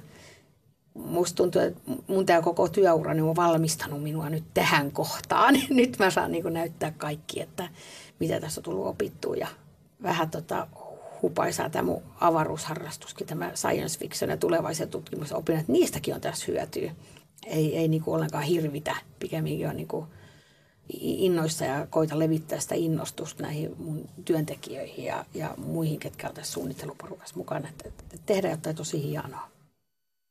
musta tuntuu, että mun tämä koko työurani on valmistanut minua nyt tähän kohtaan. Nyt mä saan niin kuin näyttää kaikki, että mitä tässä on tullut opittua. Ja vähän tota hupaisaa tämä mun avaruusharrastuskin, tämä science fiction ja tulevaisen tutkimuksen opinnot. Niistäkin on tässä hyötyä. Ei, ei niin kuin ollenkaan hirvitä, pikemminkin on niin kuin innoissa ja koita levittää sitä innostusta näihin mun työntekijöihin ja, ja muihin, ketkä on tässä suunnitteluporukassa mukana. Että, että tehdään jotain tosi hienoa.